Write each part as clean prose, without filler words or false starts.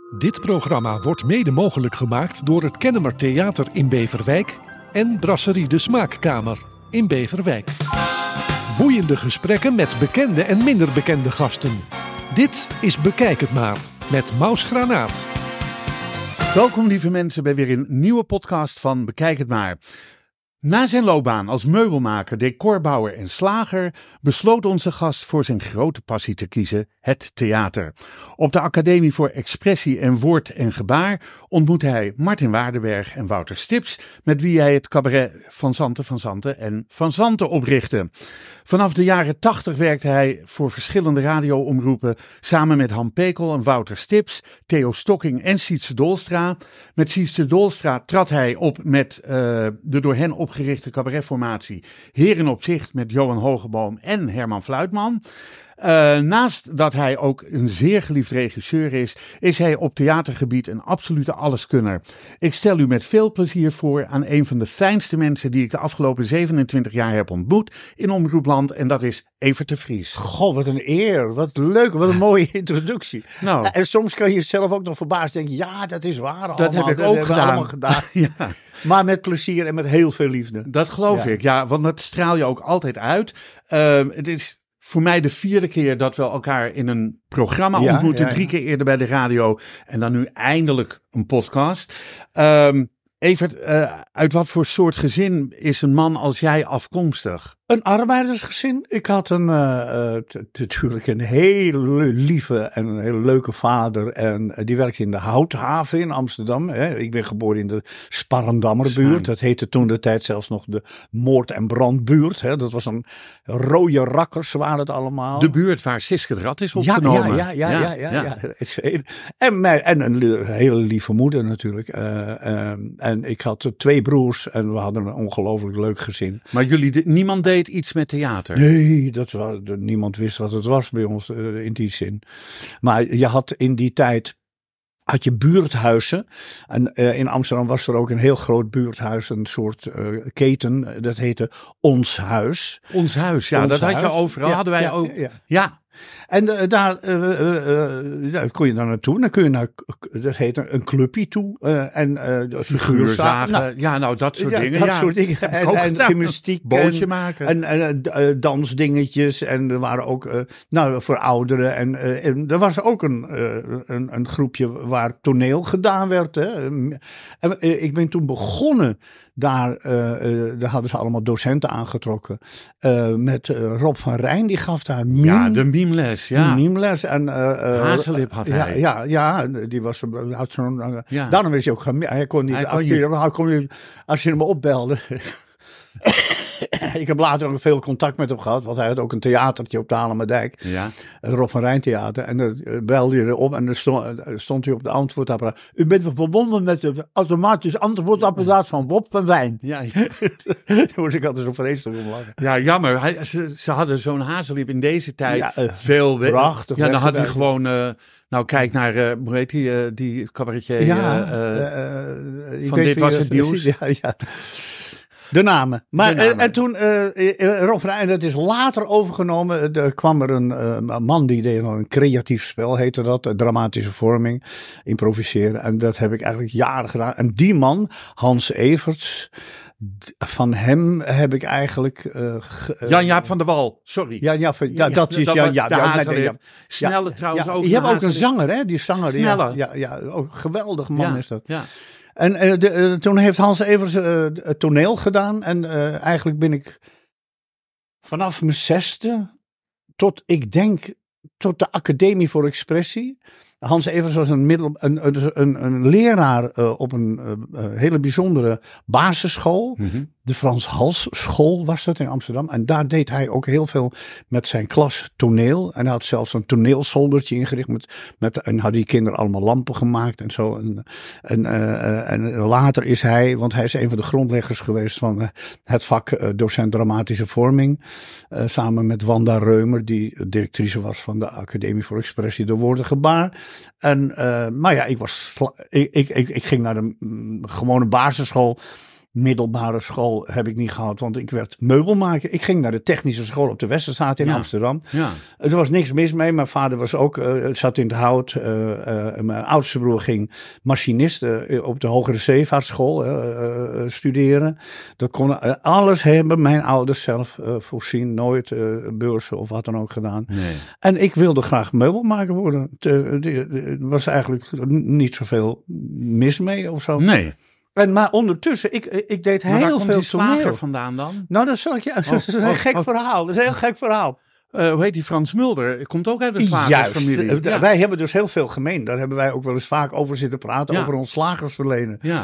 Dit programma wordt mede mogelijk gemaakt door het Kennemer Theater in Beverwijk en Brasserie de Smaakkamer in Beverwijk. Boeiende gesprekken met bekende en minder bekende gasten. Dit is Bekijk het maar met Maus Granaat. Welkom lieve mensen bij weer een nieuwe podcast van Bekijk het maar. Na zijn loopbaan als meubelmaker, decorbouwer en slager besloot onze gast voor zijn grote passie te kiezen, het theater. Op de Academie voor Expressie en Woord en Gebaar ontmoette hij Martin Waardenberg en Wouter Stips, met wie hij het cabaret Van Zanten en Van Zanten oprichtte. Vanaf de jaren 80 werkte hij voor verschillende radioomroepen samen met Han Pekel en Wouter Stips, Theo Stocking en Sietse Dolstra. Met Sietse Dolstra trad hij op met de door hen opgerichte cabaretformatie Heren op Zicht met Johan Hogeboom en Herman Fluitman. Naast dat hij ook een zeer geliefd regisseur is hij op theatergebied een absolute alleskunner. Ik stel u met veel plezier voor aan een van de fijnste mensen die ik de afgelopen 27 jaar heb ontmoet in Omroepland, en dat is Evert de Vries. Goh, wat een eer, wat leuk, wat een mooie introductie. Nou, en soms kan je jezelf ook nog verbaasd denken, ja, dat is waar allemaal. Dat heb ik ook gedaan. Ja. Maar met plezier en met heel veel liefde. Dat geloof ik, ja, want dat straal je ook altijd uit. Het is voor mij de 4e keer dat we elkaar in een programma ontmoeten. 3 keer eerder bij de radio en dan nu eindelijk een podcast. Evert, uit wat voor soort gezin is een man als jij afkomstig? Een arbeidersgezin. Ik had natuurlijk een hele lieve en een hele leuke vader. En die werkte in de Houthaven in Amsterdam. Ik ben geboren in de Sparendammerbuurt. Dat heette toen de tijd zelfs nog de Moord- en Brandbuurt. Dat was een rode rakkers waren het allemaal. De buurt waar Siske de Rat is opgenomen. Ja. En een hele lieve moeder natuurlijk. En ik had 2 broers en we hadden een ongelooflijk leuk gezin. Maar niemand deed iets met theater? Nee, niemand wist wat het was bij ons in die zin. Maar je had in die tijd buurthuizen. En in Amsterdam was er ook een heel groot buurthuis, een soort keten. Dat heette Ons Huis. Ons Huis, ja, dat had je overal. Hadden wij ook. Ja. En daar kon je dan naartoe. Dan kun je naar, dat heet een clubje toe. En figuurzagen. Dat soort dingen. Dat soort dingen. En gymnastiek. Bootje maken. En dansdingetjes. En er waren ook, voor ouderen. En er was ook een groepje waar toneel gedaan werd. Hè. En ik ben toen begonnen. Daar hadden ze allemaal docenten aangetrokken. Met Rob van Rijn, die gaf daar mime. Ja, de mimeles, ja. De mimeles. En Hazelip had hij. Ja, die had zo'n... Daarom is hij ook hij kon niet acteren. Als je hem opbelde... Ik heb later nog veel contact met hem gehad, want hij had ook een theatertje op de Halemerdijk. Ja. Het Rob van Rijn Theater. En dan belde je erop en dan stond hij op de antwoordapparaat. U bent verbonden met het automatisch antwoordapparaat van Bob van Wijn. Ja. Daar moest ik altijd zo vreselijk om lachen. Ja, jammer. Ze hadden zo'n Hazelip in deze tijd veel... Prachtig. Ja, dan had hij gewoon... kijk naar, hoe heet die cabaretier van Dit Was Het Nieuws. Ja. De namen. Maar en toen, Rob van Rijn, dat is later overgenomen. Er kwam er een man die deed een creatief spel, heette dat. Dramatische vorming, improviseren. En dat heb ik eigenlijk jaren gedaan. En die man, Hans Everts, van hem heb ik eigenlijk... Jan-Jaap van der Wal, sorry. Dat is Jan-Jaap. Snelle trouwens ook. Je hebt ook een zanger, hè? Die zanger. Snelle. Ja, ook een geweldig man is dat. Ja. En toen heeft Hans Evers het toneel gedaan. En eigenlijk ben ik vanaf mijn 6e tot de Academie voor Expressie. Hans Evers was een leraar op een hele bijzondere basisschool. Mm-hmm. De Frans Hals School was dat in Amsterdam. En daar deed hij ook heel veel met zijn klas toneel. En hij had zelfs een toneelzoldertje ingericht. En had die kinderen allemaal lampen gemaakt en zo. En later is hij, want hij is een van de grondleggers geweest van het vak docent dramatische vorming. Samen met Wanda Reumer, die directrice was van de Academie voor Expressie de Woord en Gebaar. Maar ja, ik ging naar de gewone basisschool. middelbare school heb ik niet gehad, want ik werd meubelmaker. Ik ging naar de technische school op de Westerstraat in Amsterdam. Ja. Er was niks mis mee. Mijn vader was ook, zat in het hout. Mijn oudste broer ging machinist op de Hogere Zeevaartschool studeren. Dat kon alles hebben mijn ouders zelf voorzien. Nooit beurzen of wat dan ook gedaan. Nee. En ik wilde graag meubelmaker worden. Er was eigenlijk niet zoveel mis mee of zo. Nee. Maar ondertussen, ik deed Maar waar heel komt veel die slager toneel. vandaan dan? Nou, dat zal ik je. Dat is een gek verhaal. Dat is een heel gek verhaal. Hoe heet die Frans Mulder? Komt ook uit de slagersfamilie. Juist. Ja. Wij hebben dus heel veel gemeen. Daar hebben wij ook wel eens vaak over zitten praten. Ja. Over ons slagersverleden. Ja.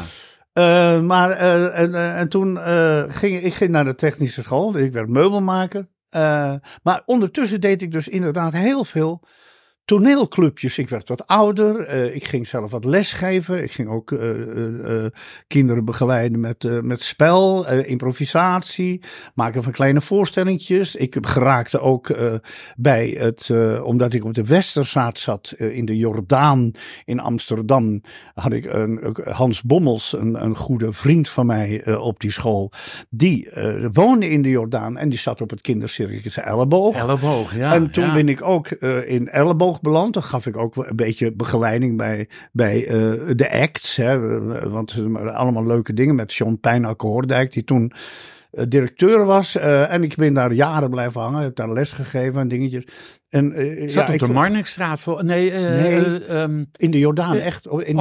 En toen ging ik naar de technische school. Ik werd meubelmaker. Maar ondertussen deed ik dus inderdaad heel veel toneelclubjes. Ik werd wat ouder. Ik ging zelf wat lesgeven. Ik ging ook kinderen begeleiden met spel, improvisatie, maken van kleine voorstellingjes. Ik geraakte ook bij omdat ik op de Westerstraat zat in de Jordaan in Amsterdam, had ik Hans Bommels, een goede vriend van mij op die school. Die woonde in de Jordaan en die zat op het kindercircus Elleboog. Elleboog, ja. En toen ben ik ook in Elleboog beland. Dan gaf ik ook een beetje begeleiding bij de acts. Hè, want allemaal leuke dingen met John Pijnakker-Hoordijk, die toen directeur was. En ik ben daar jaren blijven hangen. Heb daar les gegeven en dingetjes. En, zat op de Marnixstraat voor? Nee, in de Jordaan, echt. In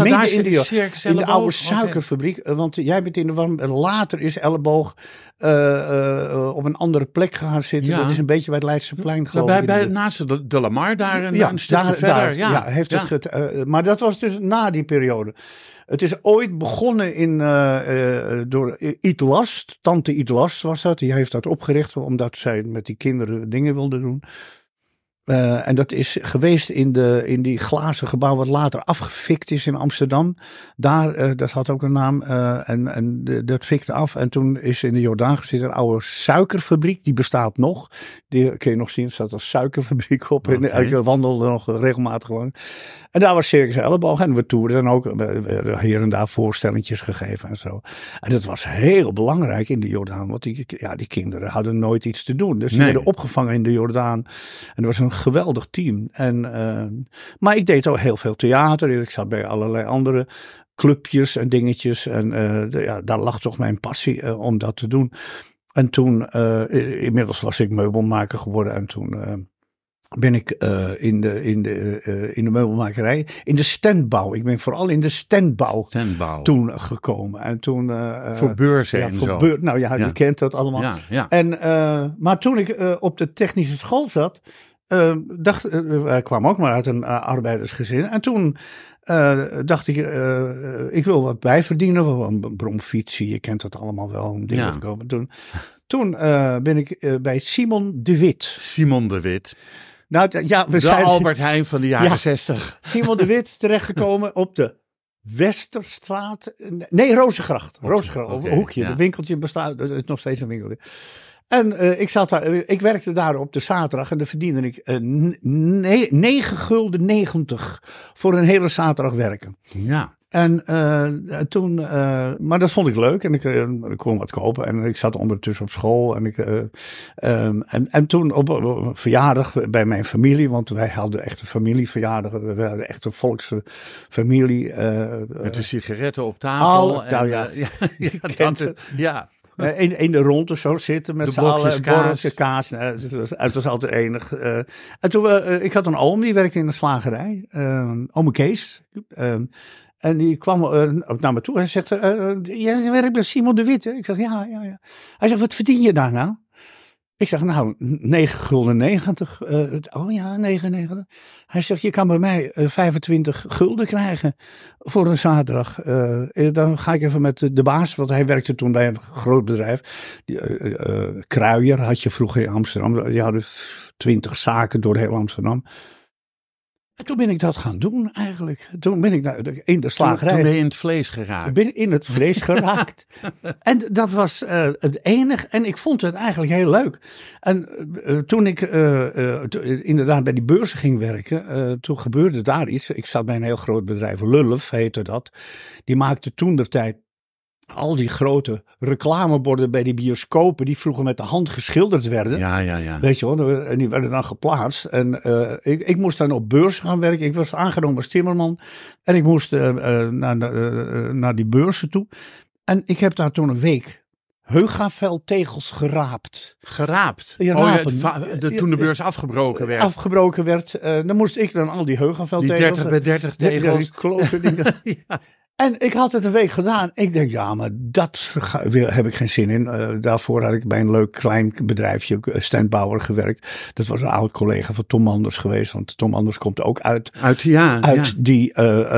de oude suikerfabriek. Okay. Want jij bent in de warm. Later is Elleboog op een andere plek gaan zitten. Ja. Dat is een beetje bij het Leidseplein, geloof ik. Naast de Lamar daar een stukje verder. Maar dat was dus na die periode. Het is ooit begonnen door Iet Last. Tante Iet Last was dat. Die heeft dat opgericht omdat zij met die kinderen dingen wilde doen. En dat is geweest in die glazen gebouw wat later afgefikt is in Amsterdam. Daar, dat had ook een naam. Dat fikte af. En toen is in de Jordaan gezeten een oude suikerfabriek. Die bestaat nog. Die kun je nog zien. Er staat een suikerfabriek op. Okay. En ik wandelde nog regelmatig lang. En daar was Circus Elleboog. En we toerden dan ook hier en daar voorstellingjes gegeven en zo. En dat was heel belangrijk in de Jordaan. Want die kinderen hadden nooit iets te doen. Dus die werden opgevangen in de Jordaan. En er was een geweldig team. Maar ik deed ook heel veel theater. Ik zat bij allerlei andere clubjes en dingetjes. En daar lag toch mijn passie om dat te doen. En toen, inmiddels was ik meubelmaker geworden. En toen ben ik in de meubelmakerij, in de standbouw. Ik ben vooral in de standbouw toen gekomen. En toen, voor beurzen en zo. Je kent dat allemaal. Ja, ja. Maar toen ik op de technische school zat, wij kwamen ook maar uit een arbeidersgezin. En toen dacht ik, ik wil wat bijverdienen. Een bromfietsje, je kent dat allemaal wel. Om dingen te kopen. Toen ben ik bij Simon de Wit. Simon de Wit. Nou, we zijn Albert Heijn van de jaren 60. Simon de Wit terechtgekomen op de Westerstraat. Nee, Rozengracht. Rozengracht, op een hoekje. Ja. Het winkeltje bestaat, het is nog steeds een winkeltje. En ik werkte daar op de zaterdag en dan verdiende ik 9,90 gulden voor een hele zaterdag werken. Ja. En toen, maar dat vond ik leuk en ik kon wat kopen en ik zat ondertussen op school en toen op een verjaardag bij mijn familie, want wij hadden echt een familieverjaardag, we hadden echt een volkse familie. Met de sigaretten op tafel. In de ronde zo zitten met z'n allen, borreltje kaas. Het was altijd enig. En toen, ik had een oom, die werkte in de slagerij. Ome Kees. En die kwam naar me toe. Hij zegt, jij werkt bij Simon de Wit, hè? Ik zeg, ja. Hij zegt, wat verdien je daar nou? Ik zeg, nou, 9,90 gulden. Oh ja, 9,90. Hij zegt, je kan bij mij 25 gulden krijgen voor een zaterdag. Dan ga ik even met de baas, want hij werkte toen bij een groot bedrijf. Kruier had je vroeger in Amsterdam. Die hadden 20 zaken door heel Amsterdam. En toen ben ik dat gaan doen eigenlijk. Toen ben ik in de slagerij. Toen ben je in het vlees geraakt. Ik ben in het vlees geraakt. En dat was het enige. En ik vond het eigenlijk heel leuk. En toen ik inderdaad bij die beurzen ging werken. Toen gebeurde daar iets. Ik zat bij een heel groot bedrijf. Lulf heette dat. Die maakte toen de tijd al die grote reclameborden bij die bioscopen, die vroeger met de hand geschilderd werden. Ja. Weet je wel, en die werden dan geplaatst. En ik moest dan op beurs gaan werken. Ik was aangenomen als timmerman. En ik moest naar die beurzen toe. En ik heb daar toen een week Heugaveldtegels geraapt. Geraapt? Ja, toen de beurs afgebroken werd. Afgebroken werd. Dan moest ik dan al die Heugaveldtegels. Die 30 bij 30 tegels. Die klote dingen. Ja. En ik had het een week gedaan. Ik denk, ja, maar dat heb ik geen zin in. Daarvoor had ik bij een leuk klein bedrijfje, Standbauer, gewerkt. Dat was een oud collega van Tom Anders geweest. Want Tom Anders komt ook uit die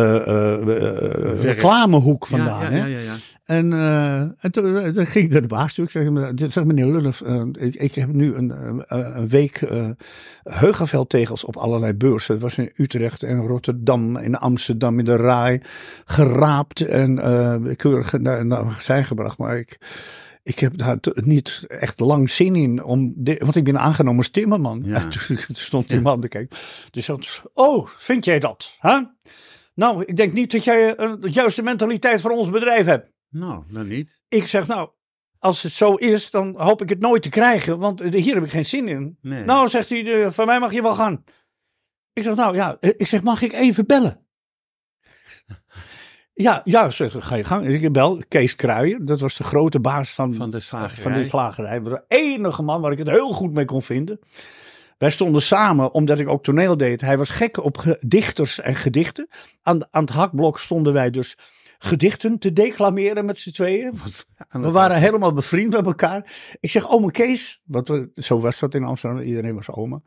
reclamehoek vandaan. Ja. En toen ging ik naar de baas toe. Ik zeg meneer Lulf, ik heb nu een week Heugaveldtegels op allerlei beurzen. Dat was in Utrecht en Rotterdam, in Amsterdam, in de Rai, geraapt en keurig naar zijn gebracht. Maar ik heb daar niet echt lang zin in, want ik ben aangenomen als timmerman. Ja. En toen stond die man te kijken. Dus dat, vind jij dat? Huh? Nou, ik denk niet dat jij de juiste mentaliteit voor ons bedrijf hebt. Nou, dan niet. Ik zeg, nou, als het zo is, dan hoop ik het nooit te krijgen, want hier heb ik geen zin in. Nee. Nou, zegt hij, van mij mag je wel gaan. Ik zeg, nou ja, mag ik even bellen? Ja, zeg, ga je gang. Ik bel Kees Kruijen, dat was de grote baas van de slagerij. Dat was de enige man waar ik het heel goed mee kon vinden. Wij stonden samen, omdat ik ook toneel deed. Hij was gek op dichters en gedichten. Aan het hakblok stonden wij dus gedichten te declameren met z'n tweeën. We waren helemaal bevriend met elkaar. Ik zeg, oma Kees, zo was dat in Amsterdam, iedereen was oma.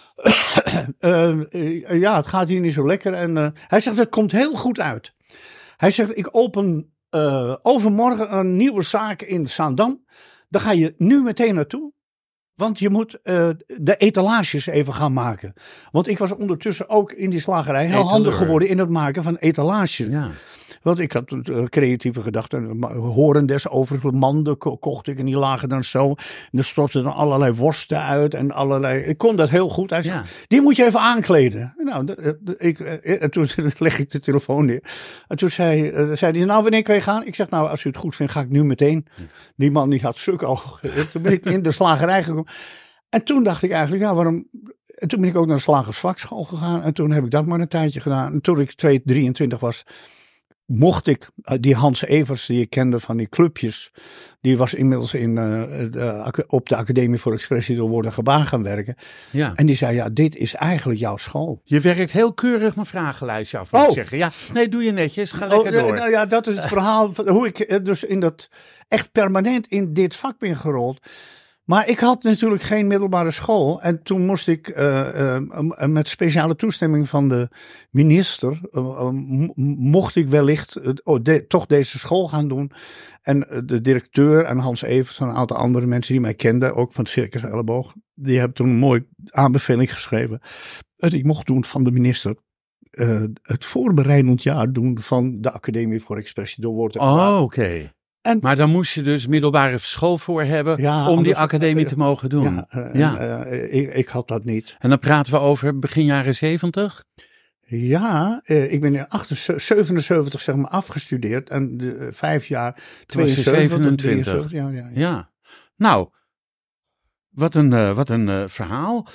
Ja, het gaat hier niet zo lekker. En hij zegt, dat komt heel goed uit. Hij zegt, ik open overmorgen een nieuwe zaak in Zaandam. Daar ga je nu meteen naartoe. Want je moet de etalages even gaan maken. Want ik was ondertussen ook in die slagerij heel handig geworden in het maken van etalages. Ja. Want ik had creatieve gedachten. Horendes over manden kocht ik en die lagen dan zo. En er stortten dan allerlei worsten uit en allerlei. Ik kon dat heel goed. Hij zei, die moet je even aankleden. Nou, en toen leg ik de telefoon neer. En toen zei hij, nou wanneer kan je gaan? Ik zeg, nou als u het goed vindt ga ik nu meteen. Die man die had zulke ogen. Toen ben ik in de slagerij gekomen. En toen dacht ik eigenlijk, ja waarom... En toen ben ik ook naar de slagersvakschool gegaan. En toen heb ik dat maar een tijdje gedaan. En toen ik 23 was... mocht ik die Hans Evers die ik kende van die clubjes, die was inmiddels op de Academie voor Expressie door Woord en Gebaar gaan werken. Ja. En die zei, ja, dit is eigenlijk jouw school. Je werkt heel keurig mijn vragenlijstje af, moet ik zeggen. Ja, nee, doe je netjes, ga lekker door. Nou ja, dat is het verhaal van hoe ik dus echt permanent in dit vak ben gerold. Maar ik had natuurlijk geen middelbare school. En toen moest ik met speciale toestemming van de minister, mocht ik wellicht toch deze school gaan doen. En de directeur en Hans Evers en een aantal andere mensen die mij kenden, ook van het Circus Elleboog, die hebben toen een mooi aanbeveling geschreven. Dat ik mocht doen van de minister. Het voorbereidend jaar doen van de Academie voor Expressie door Woord en Gebaar. Oh, oké. Maar dan moest je dus middelbare school voor hebben om die academie te mogen doen. Ik had dat niet. En dan praten we over begin jaren 70? Ja, ik ben in 77 zeg maar afgestudeerd en 5 jaar 72. Ja. Nou, wat een verhaal.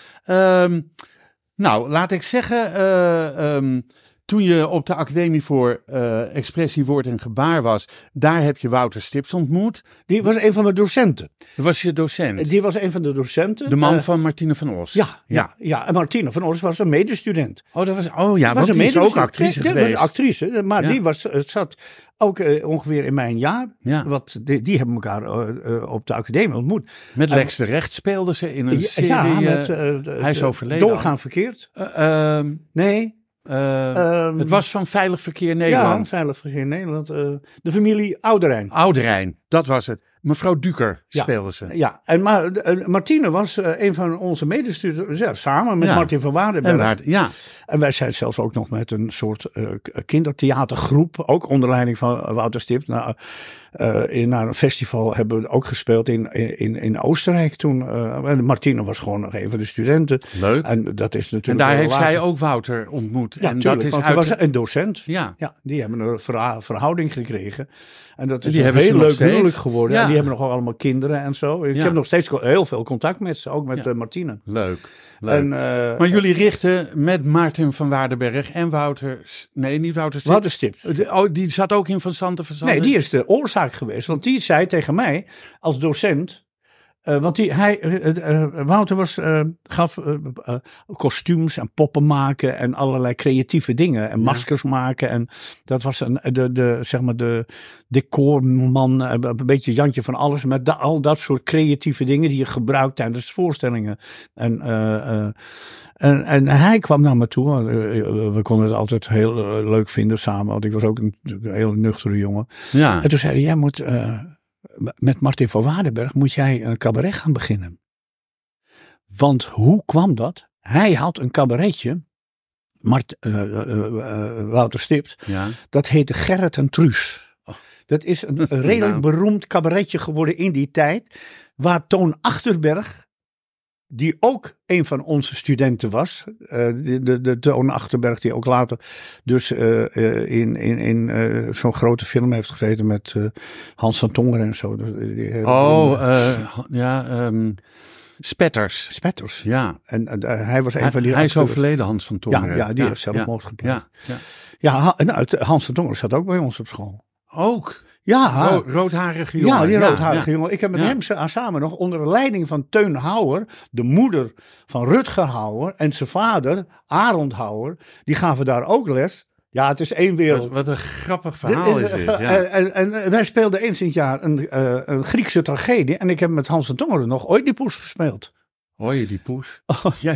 Nou, laat ik zeggen... Toen je op de Academie voor Expressie, Woord en Gebaar was, daar heb je Wouter Stips ontmoet. Die was een van mijn docenten. Dat was je docent? Die was een van de docenten. De man van Martine van Os? Ja, en Martine van Os was een medestudent. Want die is ook actrice geweest. Die was actrice, maar die zat ook ongeveer in mijn jaar. Ja. Die hebben elkaar op de Academie ontmoet. Met Lex de Recht speelden ze in een serie. Ja, hij is overleden. Doorgaan verkeerd. Nee. Het was van Veilig Verkeer Nederland. Ja, Veilig Verkeer Nederland. De familie Ouderijn. Ouderijn, dat was het. Mevrouw Duker Ja. speelde ze. Ja, en Martine was een van onze medestudenten, ja, samen met Ja. Martin van Waardenberg. Ja, En wij zijn zelfs ook nog met een soort kindertheatergroep, ook onder leiding van Wouter Stipt, naar een festival hebben we ook gespeeld in Oostenrijk toen. En Martine was gewoon nog een van de studenten. leuk. En dat is En natuurlijk. daar wel heeft lager. zij ook Wouter ontmoet. Ja, en tuurlijk, dat is want hij uit... was een docent. Ja, Ja, die hebben een verhouding gekregen. En dat is Die een hebben ze heel nog leuk steeds. huwelijk geworden. Ja. En die hebben nog allemaal kinderen en zo. Ik Ja. heb nog steeds heel veel contact met ze, ook met Ja. Martine. leuk. En, Maar jullie richten met Martin van Waardenberg en Wouter... Nee, niet Wouter Stipt. Wouter Stipt. Die zat ook in Van Santen. Nee, die is de oorzaak geweest. Want die zei tegen mij als docent. Want Wouter gaf kostuums en poppen maken en allerlei creatieve dingen. En maskers maken. En dat was de decorman, een beetje Jantje van alles. Met al dat soort creatieve dingen die je gebruikt tijdens voorstellingen. En hij kwam naar me toe. We konden het altijd heel leuk vinden samen. Want ik was ook een heel nuchtere jongen. Ja. En toen zei hij, jij moet... met Martin van Waardenberg moet jij een cabaret gaan beginnen. Want hoe kwam dat? Hij had een cabaretje, Wouter Stipt, Ja. dat heette Gerrit en Truus. Oh. Dat is een redelijk beroemd cabaretje geworden in die tijd, waar Toon Achterberg, die ook een van onze studenten was, de Toon Achterberg die ook later dus in zo'n grote film heeft gezeten met Hans van Tongeren en zo. Spetters. Spetters. Ja. En hij was een van die Hij is acteurs. overleden, Hans van Tongeren. Ja, die heeft zelfmoord gepleegd. Ja. Hans van Tongeren zat ook bij ons op school. Ook. Ja, Roodharige jongen. ja, die roodharige jongen. Ik heb met Ja. hem samen nog onder de leiding van Teun Houwer, de moeder van Rutger Houwer en zijn vader, Arend Houwer, die gaven daar ook les. Ja, het is één wereld. Wat een grappig verhaal is dit. Ja. En wij speelden eens in het jaar een Griekse tragedie. En ik heb met Hans van Tongeren nog Oedipus gespeeld. Hoor je die poes? Ja.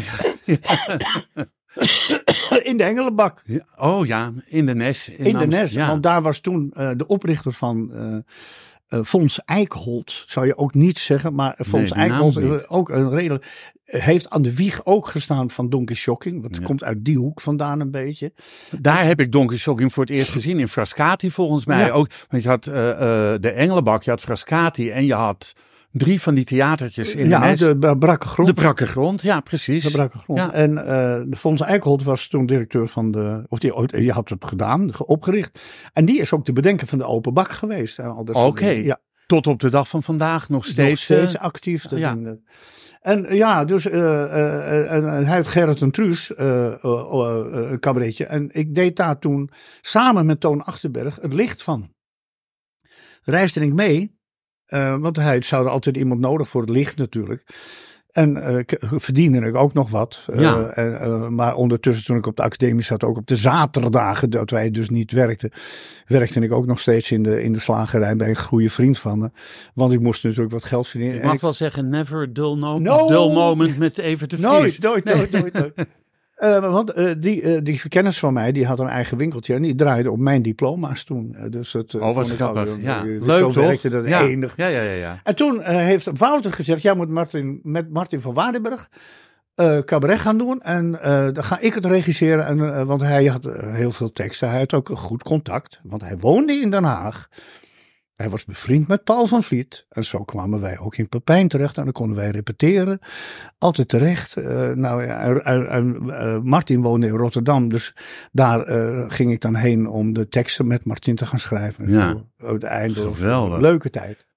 In de Engelenbak. Ja. Oh ja, in de Nes. In de Nes. Ja. Want daar was toen de oprichter van Fons Eickholt. Zou je ook niet zeggen. Maar Fons die naam Eickholt niet. ook een redelijk... Heeft aan de wieg ook gestaan van Donkey Shocking. Want het komt uit die hoek vandaan een beetje. Daar heb ik Donkey Shocking voor het eerst gezien. In Frascati volgens mij Ja. ook. Want je had de Engelenbak, je had Frascati en je had 3 van die theatertjes in de Nes. de brakke grond. De brakke grond, ja precies. De brakke grond. Ja. En de Fons Eickholt was toen directeur van de... Of die had het gedaan, opgericht. En die is ook de bedenker van de open bak geweest. En al dat soort Oké. dingen. Ja. Tot op de dag van vandaag nog steeds. Nog steeds actief. Dat ja. En ja, dus hij had Gerrit en Truus een cabaretje. En ik deed daar toen samen met Toon Achterberg het licht van. Reisde ik mee, want hij zou er altijd iemand nodig voor het licht natuurlijk. En verdiende ik ook nog wat. Ja. Maar ondertussen toen ik op de academie zat, ook op de zaterdagen dat wij dus niet werkten, werkte ik ook nog steeds in de slagerij bij een goede vriend van me. Want ik moest natuurlijk wat geld verdienen. Ik En mag wel zeggen, never a dull, No. dull moment met Evert de Vries. Nooit. Want die kennis van mij, die had een eigen winkeltje en die draaide op mijn diploma's toen. Dus het, Oh, wat vond ik grappig. al, Ja. zo Leuk toch? werkte dat Ja. enig. Ja. En toen heeft Wouter gezegd, jij moet met Martin van Waardenberg cabaret gaan doen. En dan ga ik het regisseren. En, want hij had heel veel teksten. Hij had ook een goed contact. Want hij woonde in Den Haag. Hij was bevriend met Paul van Vliet. En zo kwamen wij ook in Pepijn terecht. En dan konden wij repeteren. Altijd terecht. Martin woonde in Rotterdam. Dus daar ging ik dan heen om de teksten met Martin te gaan schrijven. Ja. Uiteindelijk. Geweldig. Leuke tijd.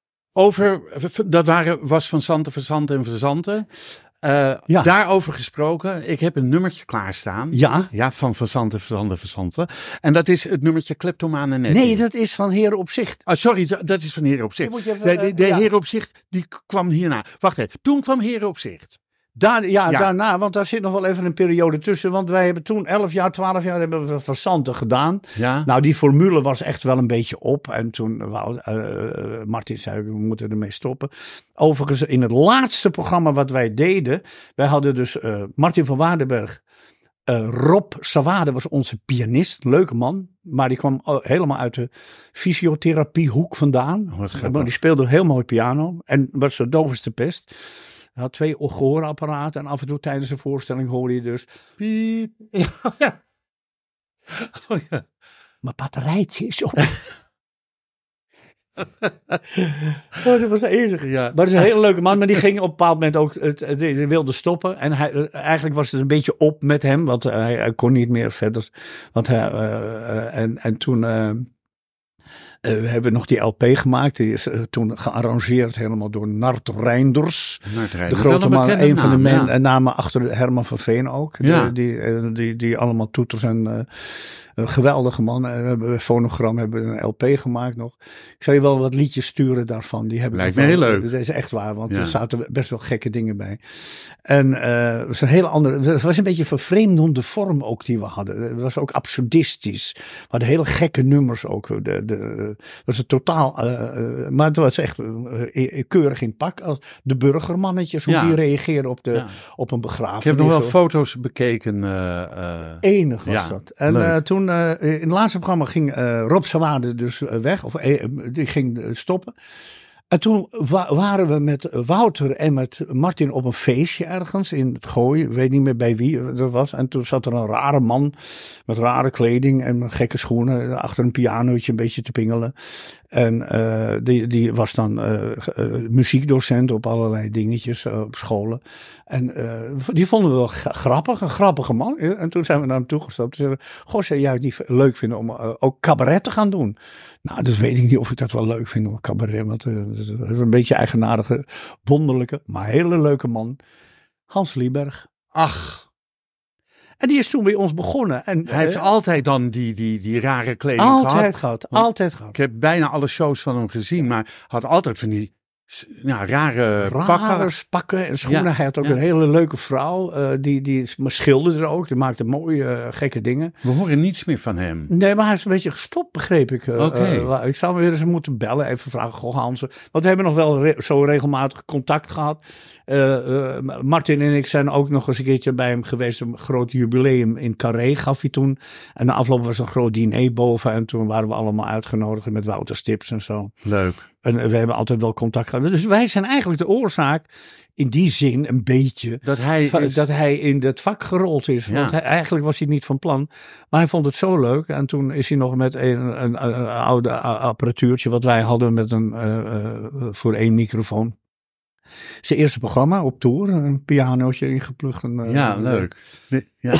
Was Van Santen, Verzanten en Verzanten. Ja. Daarover gesproken, ik heb een nummertje klaarstaan. Ja. Ja, van Verzanten, Verzanten. En dat is het nummertje Kleptomane Nettie. Nee, dat is van Heren op Zicht. Sorry, dat is van Heren op Zicht. Die moet je even, De ja. Heren op Zicht, die kwam hierna. Wacht even, toen kwam Heren op Zicht. Daarna, want daar zit nog wel even een periode tussen. Want wij hebben toen 11 jaar, 12 jaar hebben we Verzanten gedaan. Ja. Nou, die formule was echt wel een beetje op. En toen Martin zei, we moeten ermee stoppen. Overigens, in het laatste programma wat wij deden. Wij hadden dus Martin van Waardenberg, Rob Sawade was onze pianist, leuke man. Maar die kwam helemaal uit de fysiotherapiehoek vandaan. Die speelde heel mooi piano en was zo doof als de pest. Hij had 2 gehoorapparaten en af en toe tijdens de voorstelling hoorde je dus... Piep. Ja. Oh, ja. Mijn batterijtje is op. Dat was enig. Ja. Maar dat is een hele leuke man. Maar die ging op een bepaald moment ook... Die wilde stoppen. En eigenlijk was het een beetje op met hem. Want hij kon niet meer verder. Want en toen... we hebben nog die LP gemaakt. Die is toen gearrangeerd helemaal door Nart Reinders. De grote man. Een van de namen achter Herman van Veen ook. Ja. Die allemaal toeters en... Een geweldige man. We hebben Fonogram, hebben een LP gemaakt nog. Ik zou je wel wat liedjes sturen daarvan. Die hebben lijkt me heel leuk. Dat is echt waar, want er zaten best wel gekke dingen bij. En het was een hele andere... Het was een beetje vervreemdende vorm ook die we hadden. Het was ook absurdistisch. We hadden hele gekke nummers ook. Het was een totaal... maar het was echt keurig in pak. Als de burgermannetjes, hoe die reageerden op een begrafenis. Ik heb nog wel foto's bekeken. Enig was dat. En toen in het laatste programma ging Rob Sawade dus weg. Of die ging stoppen. En toen waren we met Wouter en met Martin op een feestje ergens in het Gooi. Ik weet niet meer bij wie dat was. En toen zat er een rare man met rare kleding en gekke schoenen achter een pianootje een beetje te pingelen. En die was dan muziekdocent op allerlei dingetjes op scholen. En die vonden we wel grappig, een grappige man. En toen zijn we naar hem toegestapt. En zeiden we, goh, zou jij het niet leuk vinden om ook cabaret te gaan doen? Nou, dat weet ik niet of ik dat wel leuk vind, om cabaret. Want het is een beetje eigenaardige, wonderlijke, maar hele leuke man. Hans Lieberg. Ach. En die is toen bij ons begonnen. En, hij heeft altijd dan die rare kleding gehad. Altijd gehad. Ik heb bijna alle shows van hem gezien, maar had altijd van die rare pakken en schoenen. Ja, hij had ook een hele leuke vrouw. Die schilderde ook. Die maakte mooie, gekke dingen. We horen niets meer van hem. Nee, maar hij is een beetje gestopt, begreep ik. Okay. Ik zou hem weer eens moeten bellen. Even vragen, goh Hans. Want we hebben nog wel zo regelmatig contact gehad. Martin en ik zijn ook nog eens een keertje bij hem geweest. Een groot jubileum in Carré gaf hij toen. En na afloop was een groot diner boven. En toen waren we allemaal uitgenodigd met Wouter Stips en zo. Leuk. En we hebben altijd wel contact gehad. Dus wij zijn eigenlijk de oorzaak, in die zin een beetje, dat hij in het vak gerold is. Ja. Want eigenlijk was hij niet van plan. Maar hij vond het zo leuk. En toen is hij nog met een oude apparatuurtje wat wij hadden met voor 1 microfoon. Zijn eerste programma op tour. Een pianootje ingeplucht. Leuk. Ja.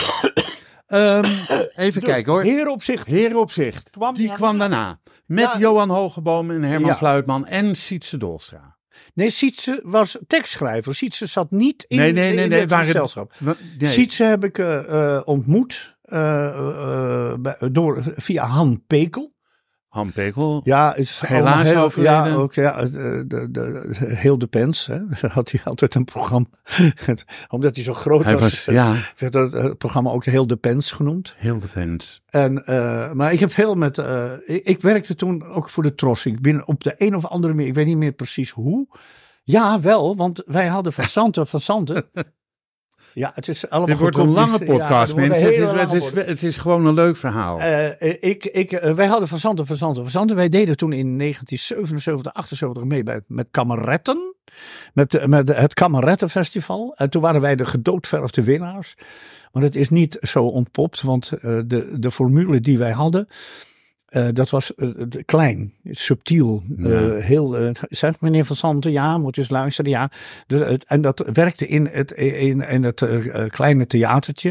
Even kijken hoor. Herenopzicht. Die kwam daarna. Met Johan Hogeboom en Herman Fluitman en Sietse Dolstra. Nee, Sietse was tekstschrijver. Sietse zat niet in het gezelschap. Sietse heb ik ontmoet via Han Pekel. Han Pekel. Ja, is helaas overleden. Ja, ook heel de Pens. Hè. Had hij altijd een programma. Omdat hij zo groot was. Werd het programma ook Heel de Pens genoemd. Heel de Pens. Maar ik heb veel met... ik werkte toen ook voor de Tros. Ik ben op de een of andere manier... Ik weet niet meer precies hoe. Ja, wel. Want wij hadden van Santen... Ja, het is allemaal. Dit wordt een lange podcast, mensen. Het is gewoon een leuk verhaal. Wij hadden van Santen. Wij deden toen in 1977, 78 mee met Kameretten. Met het Kamerettenfestival. En toen waren wij de gedoodverfde winnaars. Maar het is niet zo ontpopt, want de formule die wij hadden... dat was klein, subtiel, heel, zegt meneer Van Santen, ja, moet eens luisteren, ja. Dus, en dat werkte in het kleine theatertje,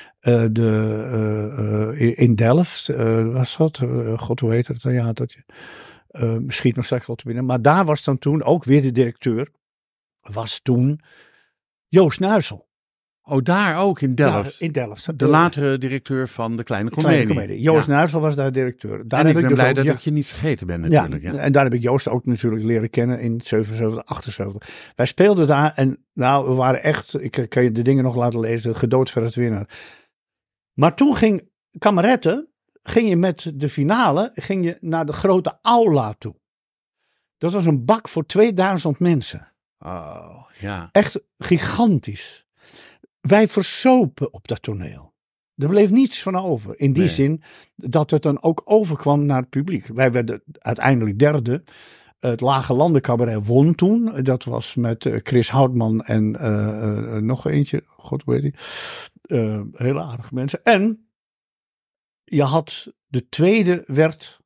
in Delft, was dat, god hoe heet het theatertje, schiet nog straks wel te binnen, maar daar was dan toen ook weer de directeur, was toen Joost Nuisel. Oh, daar ook in Delft? Ja, in Delft. De latere directeur van de Kleine Comedie. Joost Nuisel was daar directeur. En ik ben blij dat ik je niet vergeten ben natuurlijk. Ja, en daar heb ik Joost ook natuurlijk leren kennen in 77, 78. Wij speelden daar en we waren echt, ik kan je de dingen nog laten lezen, gedoodverfd winnaar. Maar toen ging Kameretten, ging je met de finale, ging je naar de grote aula toe. Dat was een bak voor 2000 mensen. Oh, ja. Echt gigantisch. Wij versopen op dat toneel. Er bleef niets van over. In die zin dat het dan ook overkwam naar het publiek. Wij werden uiteindelijk derde. Het Lage Landen Cabaret won toen. Dat was met Chris Houtman en nog eentje. God, hoe heet die? Hele aardige mensen. En je had de tweede werd...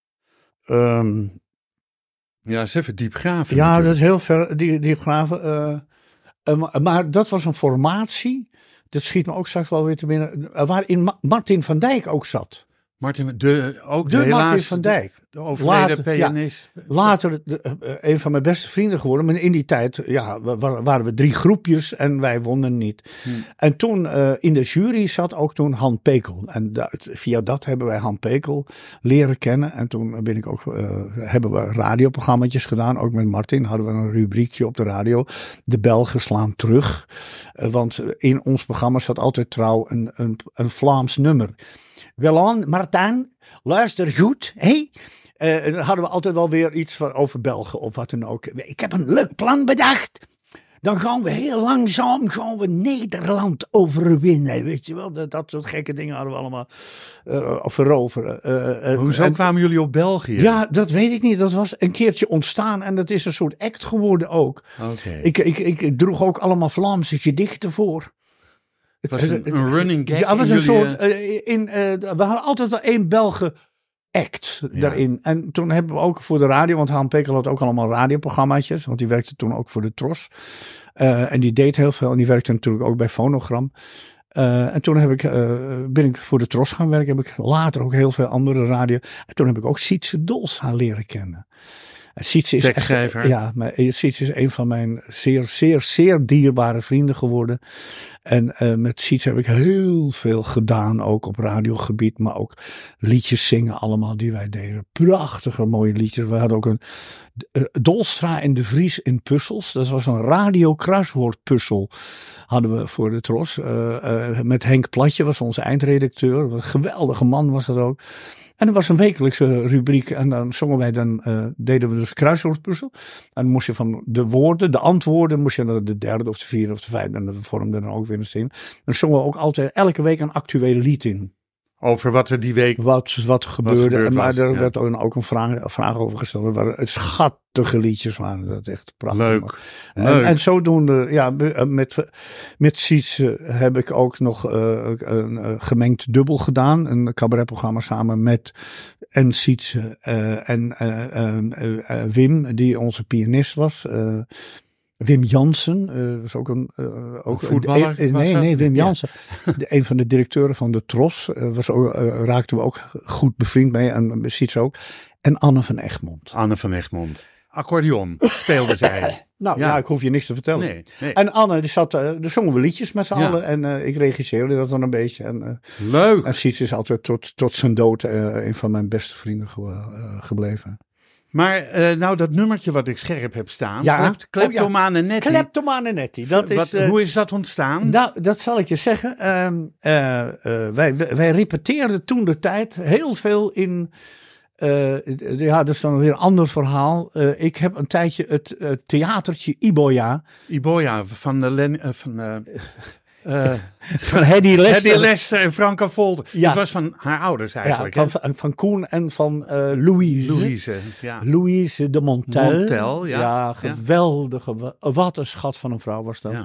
Ja, is even diep graven. Ja, natuurlijk. dat is heel ver diep graven. Maar dat was een formatie. Dat schiet me ook straks wel weer te binnen. Waarin Martin van Dijk ook zat. Martin, Martin helaas van Dijk. de overleden pianist. Later een van mijn beste vrienden geworden. Maar in die tijd waren we 3 groepjes en wij wonnen niet. En toen in de jury zat ook toen Han Pekel. En via dat hebben wij Han Pekel leren kennen. En toen ben ik ook, hebben we radioprogramma's gedaan. Ook met Martin hadden we een rubriekje op de radio. De Belgen slaan terug. Want in ons programma zat altijd trouw een Vlaams nummer. Welaan, Martijn, luister goed. Hey. Dan hadden we altijd wel weer iets over België of wat dan ook. Ik heb een leuk plan bedacht. Dan gaan we heel langzaam Nederland overwinnen. Weet je wel, dat soort gekke dingen hadden we allemaal veroveren. Hoezo kwamen jullie op België? Ja, dat weet ik niet. Dat was een keertje ontstaan en dat is een soort act geworden ook. Okay. Ik droeg ook allemaal Vlaamse gedichten voor. Het was een running gag. Ja, het was een jullie, soort. We hadden altijd wel 1 Belge act daarin. En toen hebben we ook voor de radio, want Haan Pekel had ook allemaal radioprogramma's, want die werkte toen ook voor de Tros. En die deed heel veel. En die werkte natuurlijk ook bij Phonogram. En toen ben ik voor de Tros gaan werken. Heb ik later ook heel veel andere radio. En toen heb ik ook Sietse Dols gaan leren kennen. Sietse is tekstschrijver. Maar Sietse is een van mijn zeer, zeer, zeer dierbare vrienden geworden. En met Sietse heb ik heel veel gedaan, ook op radiogebied, maar ook liedjes zingen allemaal die wij deden. Prachtige mooie liedjes. We hadden ook een Dolstra en de Vries in puzzels. Dat was een radio-kruiswoordpuzzel hadden we voor de Tros. Met Henk Platje was onze eindredacteur. Een geweldige man was dat ook. En er was een wekelijkse rubriek en dan zongen wij deden we dus een kruiswoordpuzzel. En dan moest je van de antwoorden, moest je naar de derde of de vierde of de vijfde en dat vormde dan ook weer een zin. Dan zongen we ook altijd elke week een actuele lied in. Over wat er die week wat gebeurde. Maar er werd ook een vraag over gesteld. Er waren schattige liedjes, waren dat echt prachtig. Leuk. En zodoende, ja, met Sietse heb ik ook nog een gemengd dubbel gedaan. Een cabaretprogramma samen met Sietse en Wim, die onze pianist was. Wim Jansen, was ook een voetballer. Nee, Wim Jansen. Een van de directeuren van de Tros. Raakten we ook goed bevriend mee. En Siets ook. En Anne van Egmond. Anne van Egmond. Accordeon speelde zij. Nou, ik hoef je niks te vertellen. Nee. En Anne, er zongen we liedjes met z'n allen. En ik regisseerde dat dan een beetje. Leuk. En Siets is altijd tot zijn dood een van mijn beste vrienden gebleven. Maar nou dat nummertje wat ik scherp heb staan. Ja. Kleptomane Nettie. Kleptomane Nettie. Hoe is dat ontstaan? Nou, dat zal ik je zeggen. Wij repeteerden toen de tijd heel veel in... dat is dan weer een ander verhaal. Ik heb een tijdje het theatertje Iboya. Iboya van Hedy Lester. Hedy Lester en Franka Volter. Ja. Het was van haar ouders eigenlijk. Ja, van Koen en van Louise. Louise de Montel. Montel, ja. Ja, geweldige. Wat een schat van een vrouw was dat. Ja.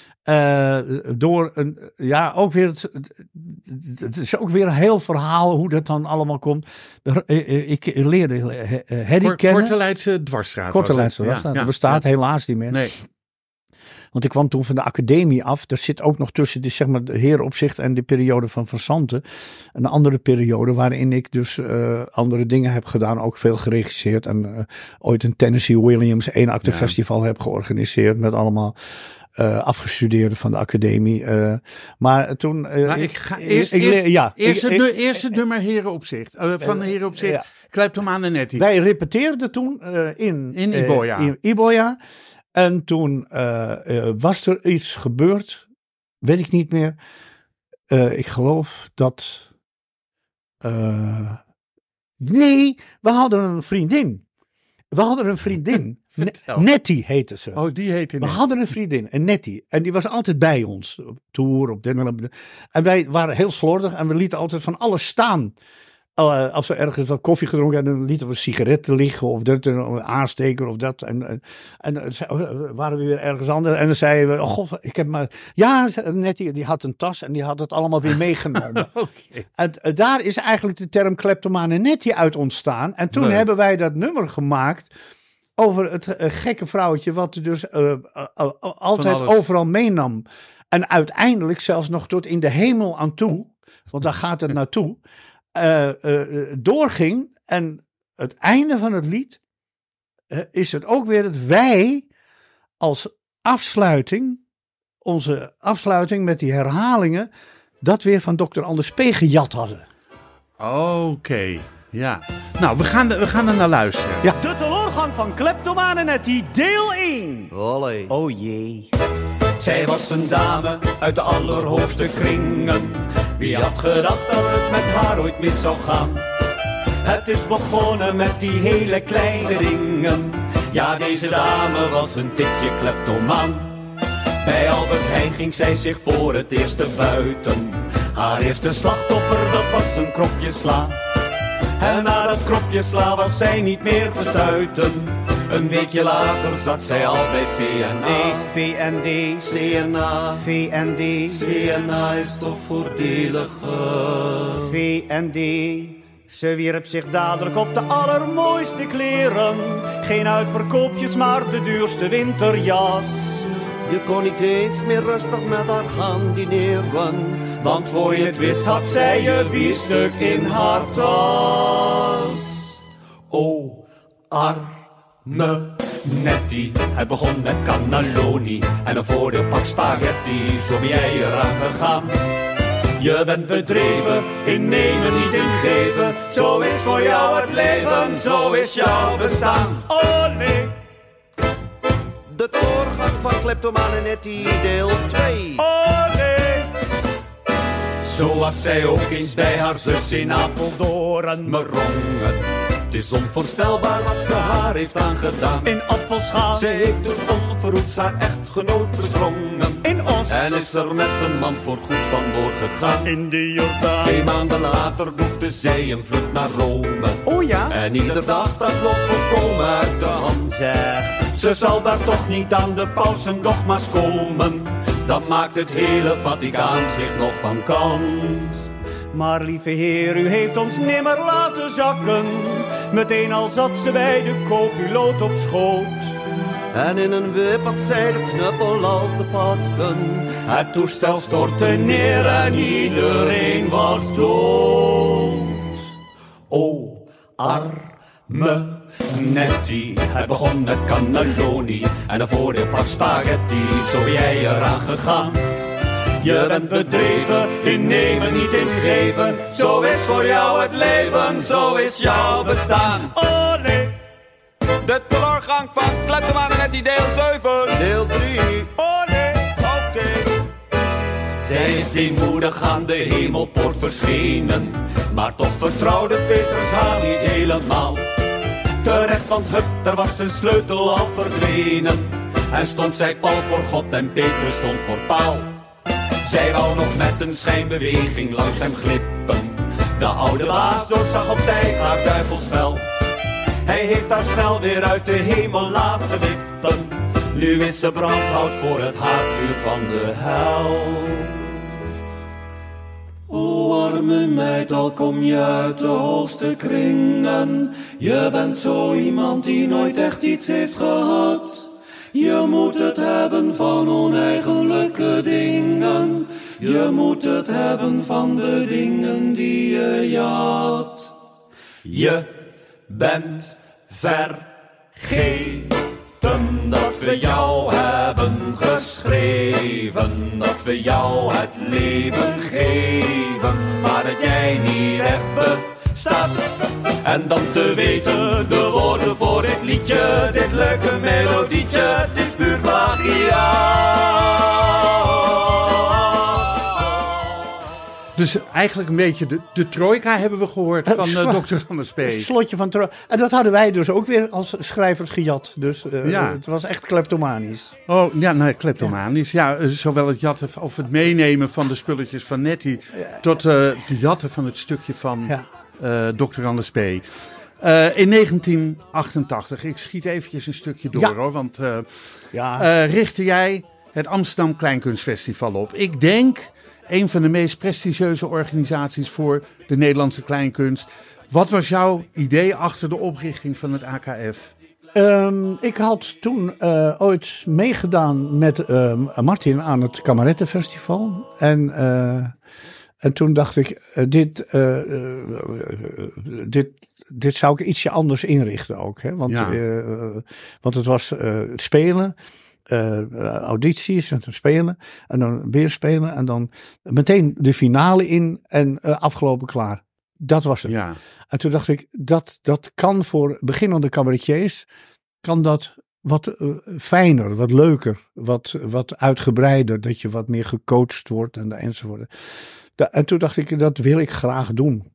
Ook weer het is ook weer een heel verhaal hoe dat dan allemaal komt. Ik leerde Hedy kennen. Korteleidse Dwarsstraat. Korteleidse Dwarsstraat. Dat bestaat helaas niet meer. Nee. Want ik kwam toen van de academie af. Er zit ook nog tussen de herenopzicht en de periode van Santen een andere periode waarin ik dus andere dingen heb gedaan. Ook veel geregisseerd. En ooit een Tennessee Williams 1-acte festival heb georganiseerd met allemaal afgestudeerden van de academie. Maar toen... Eerst het nummer Herenopzicht. Van Herenopzicht. Kleptomane Nettie. Wij repeteerden toen in Iboya. In Iboya. En toen was er iets gebeurd. Weet ik niet meer. Ik geloof dat... nee, we hadden een vriendin. We hadden een vriendin. Vertel. Nettie heette ze. Oh, die heette We net. hadden een vriendin, een Nettie. En die was altijd bij ons. Op tour, op dit. En wij waren heel slordig. En we lieten altijd van alles staan. Als we ergens wat koffie gedronken hadden, dan lieten we sigaretten liggen. Of dat, een aansteker of dat. En waren we weer ergens anders. En dan zeiden we, oh god, ik heb maar... Ja, Nettie, die had een tas en die had het allemaal weer meegenomen. Okay. En daar is eigenlijk de term kleptomane Nettie uit ontstaan. En toen hebben wij dat nummer gemaakt... over het gekke vrouwtje wat dus altijd alles. overal meenam. En uiteindelijk zelfs nog tot in de hemel aan toe, want daar gaat het naartoe, doorging. En het einde van het lied is het ook weer dat wij als afsluiting, onze afsluiting met die herhalingen, dat weer van Dr. Anders P. gejat hadden. Oké, ja. Nou, we gaan er naar luisteren. Ja. De teleurgang van kleptomane Nettie, deel 1. Olé. Oh jee. Zij was een dame uit de allerhoogste kringen. Wie had gedacht dat het met haar ooit mis zou gaan? Het is begonnen met die hele kleine dingen. Ja, deze dame was een tikje kleptomaan. Bij Albert Heijn ging zij zich voor het eerst te buiten. Haar eerste slachtoffer, dat was een kropje sla. En na dat kropje sla was zij niet meer te stuiten. Een weekje later zat zij al bij VNA. VND, CNA, VND, CNA is toch voordeliger. VND. Ze wierp zich dadelijk op de allermooiste kleren. Geen uitverkoopjes, maar de duurste winterjas. Je kon niet eens meer rustig met haar gaan dineren. Want voor je het wist had zij je biefstuk in haar tas. Oh, arme Nettie, het begon met cannelloni en een voordeelpak spaghetti. Zo ben jij eraan gegaan. Je bent bedreven in nemen, niet in geven. Zo is voor jou het leven, zo is jouw bestaan. Olé, De doorgang van kleptomane Nettie, deel 2. olé. Zo was zij ook eens bij haar zus in Apeldoorn. Merongen. Het is onvoorstelbaar wat ze haar heeft aangedaan. In Appelschaal, Ze heeft toen onverhoeds haar echtgenoot besprongen. in Os, En is er met een man voorgoed vandoor gegaan. in de Jordaan. 2 maanden later boekte zij een vlucht naar Rome. Oh ja? En iedere dag dat loopt volkomen uit de hand. Zeg, ze zal daar toch niet aan de paus en dogma's komen. Dan maakt het hele Vaticaan zich nog van kant. Maar lieve heer, u heeft ons nimmer laten zakken. Meteen al zat ze bij de co-piloot op schoot. En in een wip had zij de knuppel al te pakken. Het toestel stortte neer en iedereen was dood. Oh, arme Nettie, het begon met cannelloni en een voordeelpak spaghetti. Zo ben jij eraan gegaan. Je bent bedreven in nemen, niet in geven. Zo is voor jou het leven, zo is jouw bestaan. Olé, De teleurgang van kleptomane Nettie, deel 7. Deel 3. olé. Oké. Zij is deemoedig aan de hemelpoort verschenen. Maar toch vertrouwde Petrus haar niet helemaal. Terecht, want hup, daar was zijn sleutel al verdwenen. En stond zij Paul voor God en Petrus stond voor Paul. Zij wou nog met een schijnbeweging langs hem glippen. De oude baas doorzag op tijd haar duivelspel. Hij heeft haar snel weer uit de hemel laten wippen. Nu is ze brandhout voor het haardvuur van de hel. O arme meid, al kom je uit de hoogste kringen. Je bent zo iemand die nooit echt iets heeft gehad. Je moet het hebben van oneigenlijke dingen. Je moet het hebben van de dingen die je jat. Je bent vergeten dat we jou hebben geschreven. Dat we jou het leven geven, maar dat jij niet echt bestaat. En dan te weten de woorden voor dit liedje, dit leuke melodietje, het is puur plagiaat. Dus eigenlijk een beetje de trojka hebben we gehoord van Dr. Anders P. Het slotje van En dat hadden wij dus ook weer als schrijvers gejat. Dus het was echt kleptomanisch. Oh, ja, nou, kleptomanisch. Ja, zowel het jatten of het meenemen van de spulletjes van Nettie tot het jatten van het stukje van Dr. Anders P. In 1988, ik schiet eventjes een stukje door hoor, want richtte jij het Amsterdam Kleinkunstfestival op. Ik denk een van de meest prestigieuze organisaties voor de Nederlandse kleinkunst. Wat was jouw idee achter de oprichting van het AKF? Ik had toen ooit meegedaan met Martin aan het Kamerettenfestival. En toen dacht ik, dit zou ik ietsje anders inrichten ook. Hè? Want het was spelen, audities en spelen. En dan weer spelen en dan meteen de finale in en afgelopen klaar. Dat was het. Ja. En toen dacht ik, dat kan voor beginnende cabaretiers, kan dat wat fijner, wat leuker, wat uitgebreider. Dat je wat meer gecoacht wordt enzovoort. En toen dacht ik, dat wil ik graag doen.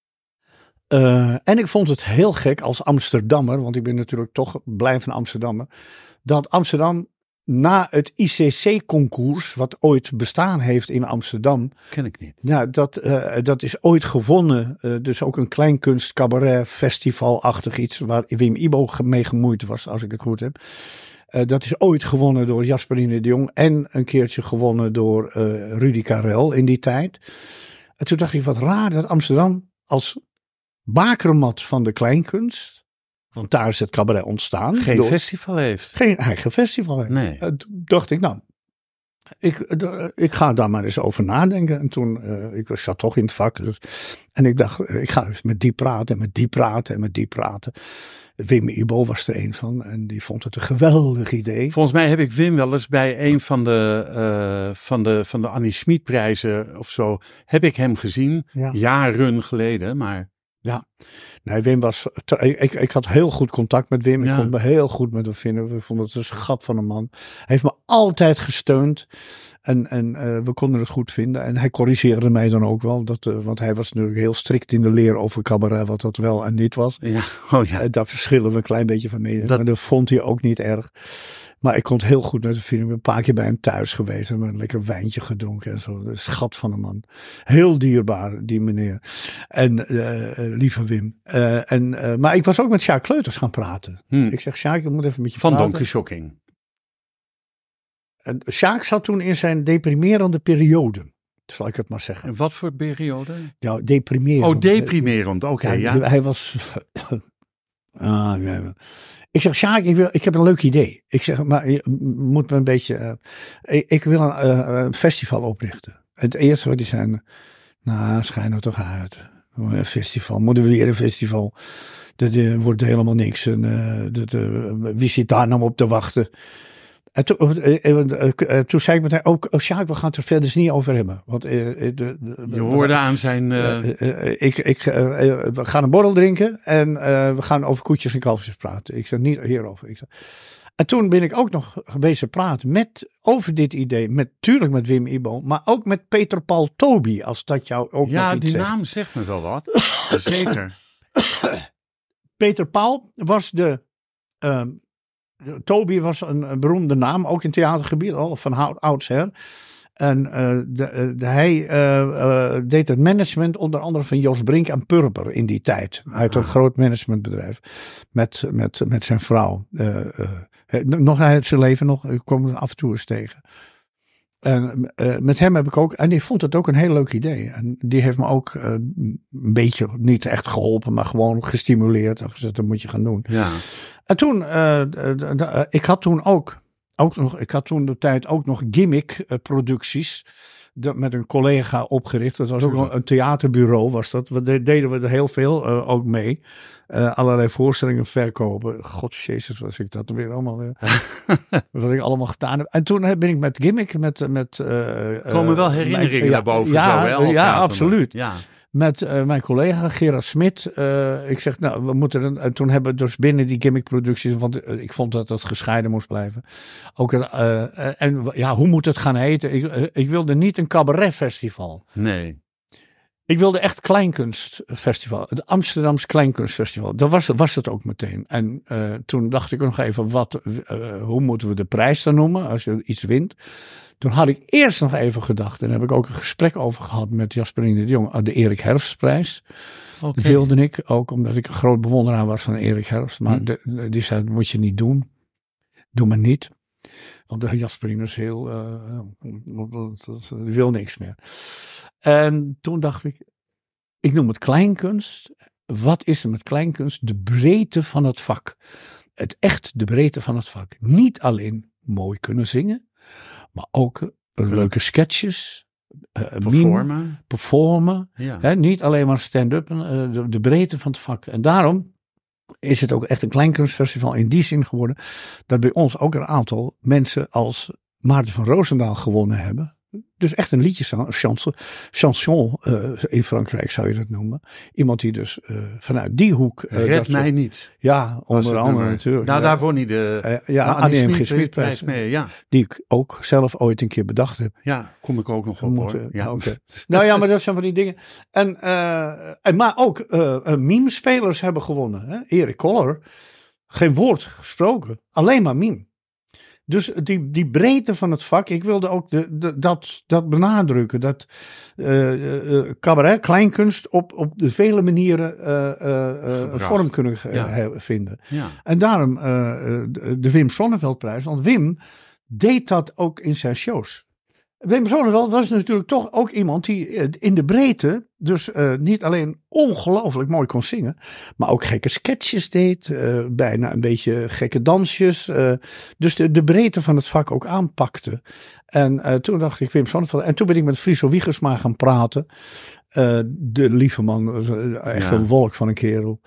En ik vond het heel gek als Amsterdammer, want ik ben natuurlijk toch blijvend Amsterdammer, dat Amsterdam na het ICC-concours, wat ooit bestaan heeft in Amsterdam. Ken ik niet. Nou, dat is ooit gewonnen. Dus ook een kleinkunst cabaret festival-achtig iets, waar Wim Ibo mee gemoeid was, als ik het goed heb. Dat is ooit gewonnen door Jasperine de Jong en een keertje gewonnen door Rudy Karel in die tijd. En toen dacht ik, wat raar dat Amsterdam als bakermat van de kleinkunst, want daar is het cabaret ontstaan. Geen festival heeft. Geen eigen festival heeft. Nee. Toen dacht ik, nou, ik ga daar maar eens over nadenken. En toen, ik zat toch in het vak. Dus, en ik dacht, ik ga eens met die praten en met die praten en met die praten. Wim Ibo was er een van en die vond het een geweldig idee. Volgens mij heb ik Wim wel eens bij een van de Annie Schmid prijzen of zo, heb ik hem gezien, jaren geleden, maar... Ja, nee, Wim was... Ik had heel goed contact met Wim. Ik kon me heel goed met hem vinden. We vonden het een schat van een man. Hij heeft me altijd gesteund. En we konden het goed vinden. En hij corrigeerde mij dan ook wel. Want hij was natuurlijk heel strikt in de leer over cabaret. Wat dat wel en niet was. Ja. Daar verschillen we een klein beetje van mee. Maar dat vond hij ook niet erg. Maar ik kon het heel goed met hem vinden. Ik ben een paar keer bij hem thuis geweest. En een lekker wijntje gedronken en zo. Een schat van een man. Heel dierbaar, die meneer. En lieve Wim. Maar ik was ook met Sjaak Kleuters gaan praten. Ik zeg, Sjaak, ik moet even met je praten. Van Donkey Shocking. Sjaak zat toen in zijn deprimerende periode. Zal ik het maar zeggen. En wat voor periode? Ja, deprimerend. Oh, deprimerend. Oké, ja. Hij was... Ik zeg, Sjaak, ik heb een leuk idee. Ik zeg, maar je moet me een beetje... ik wil een festival oprichten. Het eerste wat die zei... Nou, schijn er toch uit. Een festival. Moeten we weer een festival? Dat wordt helemaal niks. Wie zit daar nou op te wachten? En toen zei ik meteen ook, Sjaak, we gaan het er verder niet over hebben. Want je hoorde aan zijn... we gaan een borrel drinken en we gaan over koetjes en kalfjes praten. Ik zei niet hierover. En toen ben ik ook nog bezig praten over dit idee. Natuurlijk met Wim Ibo, maar ook met Peter Paul Toby, als dat jou ook nog iets zegt. Ja, die naam zegt me wel wat. Zeker. Peter Paul was Toby was een beroemde naam, ook in het theatergebied, al van oudsher. En hij deed het management onder andere van Jos Brink en Purper in die tijd. Uit een groot managementbedrijf met zijn vrouw. Nog uit zijn leven nog, ik kom er af en toe eens tegen. En met hem heb ik ook, en die vond het ook een heel leuk idee. En die heeft me ook een beetje, niet echt geholpen, maar gewoon gestimuleerd. En gezegd, dat moet je gaan doen. Ja. En toen, ik had toen de tijd ook nog gimmick-producties met een collega opgericht. Dat was ook een theaterbureau, was dat. Deden we er heel veel ook mee. Allerlei voorstellingen verkopen. God jezus, was ik dat weer allemaal weer. Wat ik allemaal gedaan heb. En toen ben ik met gimmick, komen wel herinneringen naar boven. Ja, absoluut. Ja. Met mijn collega Gerard Smit. Ik zeg, nou, we moeten... En toen hebben we dus binnen die gimmickproducties... Want ik vond dat het gescheiden moest blijven. Ook hoe moet het gaan heten? Ik wilde niet een cabaretfestival. Nee. Ik wilde echt Kleinkunstfestival. Het Amsterdamse Kleinkunstfestival. Dat was het ook meteen. En toen dacht ik nog even, hoe moeten we de prijs dan noemen als je iets wint? Toen had ik eerst nog even gedacht, en daar heb ik ook een gesprek over gehad met Jasperine de Jong, de Erik Herfstprijs. Die wilde ik, ook omdat ik een groot bewonderaar was van Erik Herfst. Maar die zei, dat moet je niet doen. Doe maar niet. Want de Jasperine is heel, die wil niks meer. En toen dacht ik noem het kleinkunst. Wat is er met kleinkunst? De breedte van het vak. De breedte van het vak. Niet alleen mooi kunnen zingen, maar ook leuke sketches. Performen. Ja. Niet alleen maar stand-up. De breedte van het vak. En daarom is het ook echt een kleinkunstfestival in die zin geworden, dat bij ons ook een aantal mensen als Maarten van Roosendaal gewonnen hebben. Dus echt een liedje, chanson in Frankrijk zou je dat noemen. Iemand die dus vanuit die hoek... Red mij niet. Ja, onder andere natuurlijk. Nou, daarvoor niet de Annie M. G. Smitprijs mee. Ja. Die ik ook zelf ooit een keer bedacht heb. Ja, kom ik ook nog op hoor. Ja. Okay. Nou ja, maar dat zijn van die dingen. Maar ook meme-spelers hebben gewonnen. Hè? Erik Koller, geen woord gesproken. Alleen maar meme. Dus die breedte van het vak, ik wilde ook dat benadrukken. Dat cabaret, kleinkunst op de vele manieren vorm kunnen vinden. Ja. En daarom de Wim Sonneveldprijs. Want Wim deed dat ook in zijn shows. Wim Sonneveld was natuurlijk toch ook iemand die in de breedte dus niet alleen ongelooflijk mooi kon zingen, maar ook gekke sketches deed, bijna een beetje gekke dansjes. Dus de breedte van het vak ook aanpakte. En toen dacht ik Wim Sonneveld. En toen ben ik met Friso Wiegersma gaan praten. De lieve man, echt een wolk van een kerel.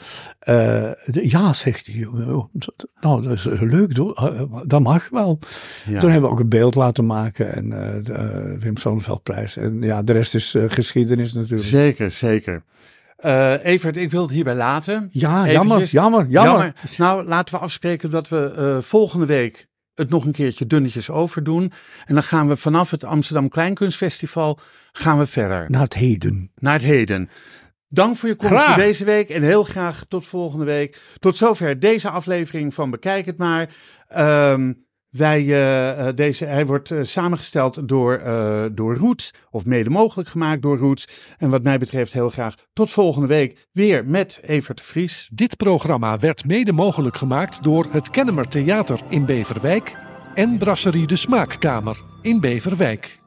Ja, zegt hij. Nou, dat is leuk, dat mag wel. Ja. Toen hebben we ook een beeld laten maken en de Wim Sonneveldprijs. En ja, de rest is geschiedenis natuurlijk. Zeker. Evert, ik wil het hierbij laten. Ja, jammer. Nou, laten we afspreken dat we volgende week het nog een keertje dunnetjes overdoen. En dan gaan we vanaf het Amsterdam Kleinkunstfestival verder. Naar het heden. Dank voor je komst voor deze week en heel graag tot volgende week. Tot zover deze aflevering van Bekijk het maar. Hij wordt samengesteld door Roots, of mede mogelijk gemaakt door Roots. En wat mij betreft heel graag tot volgende week weer met Evert de Vries. Dit programma werd mede mogelijk gemaakt door het Kennemer Theater in Beverwijk en Brasserie de Smaakkamer in Beverwijk.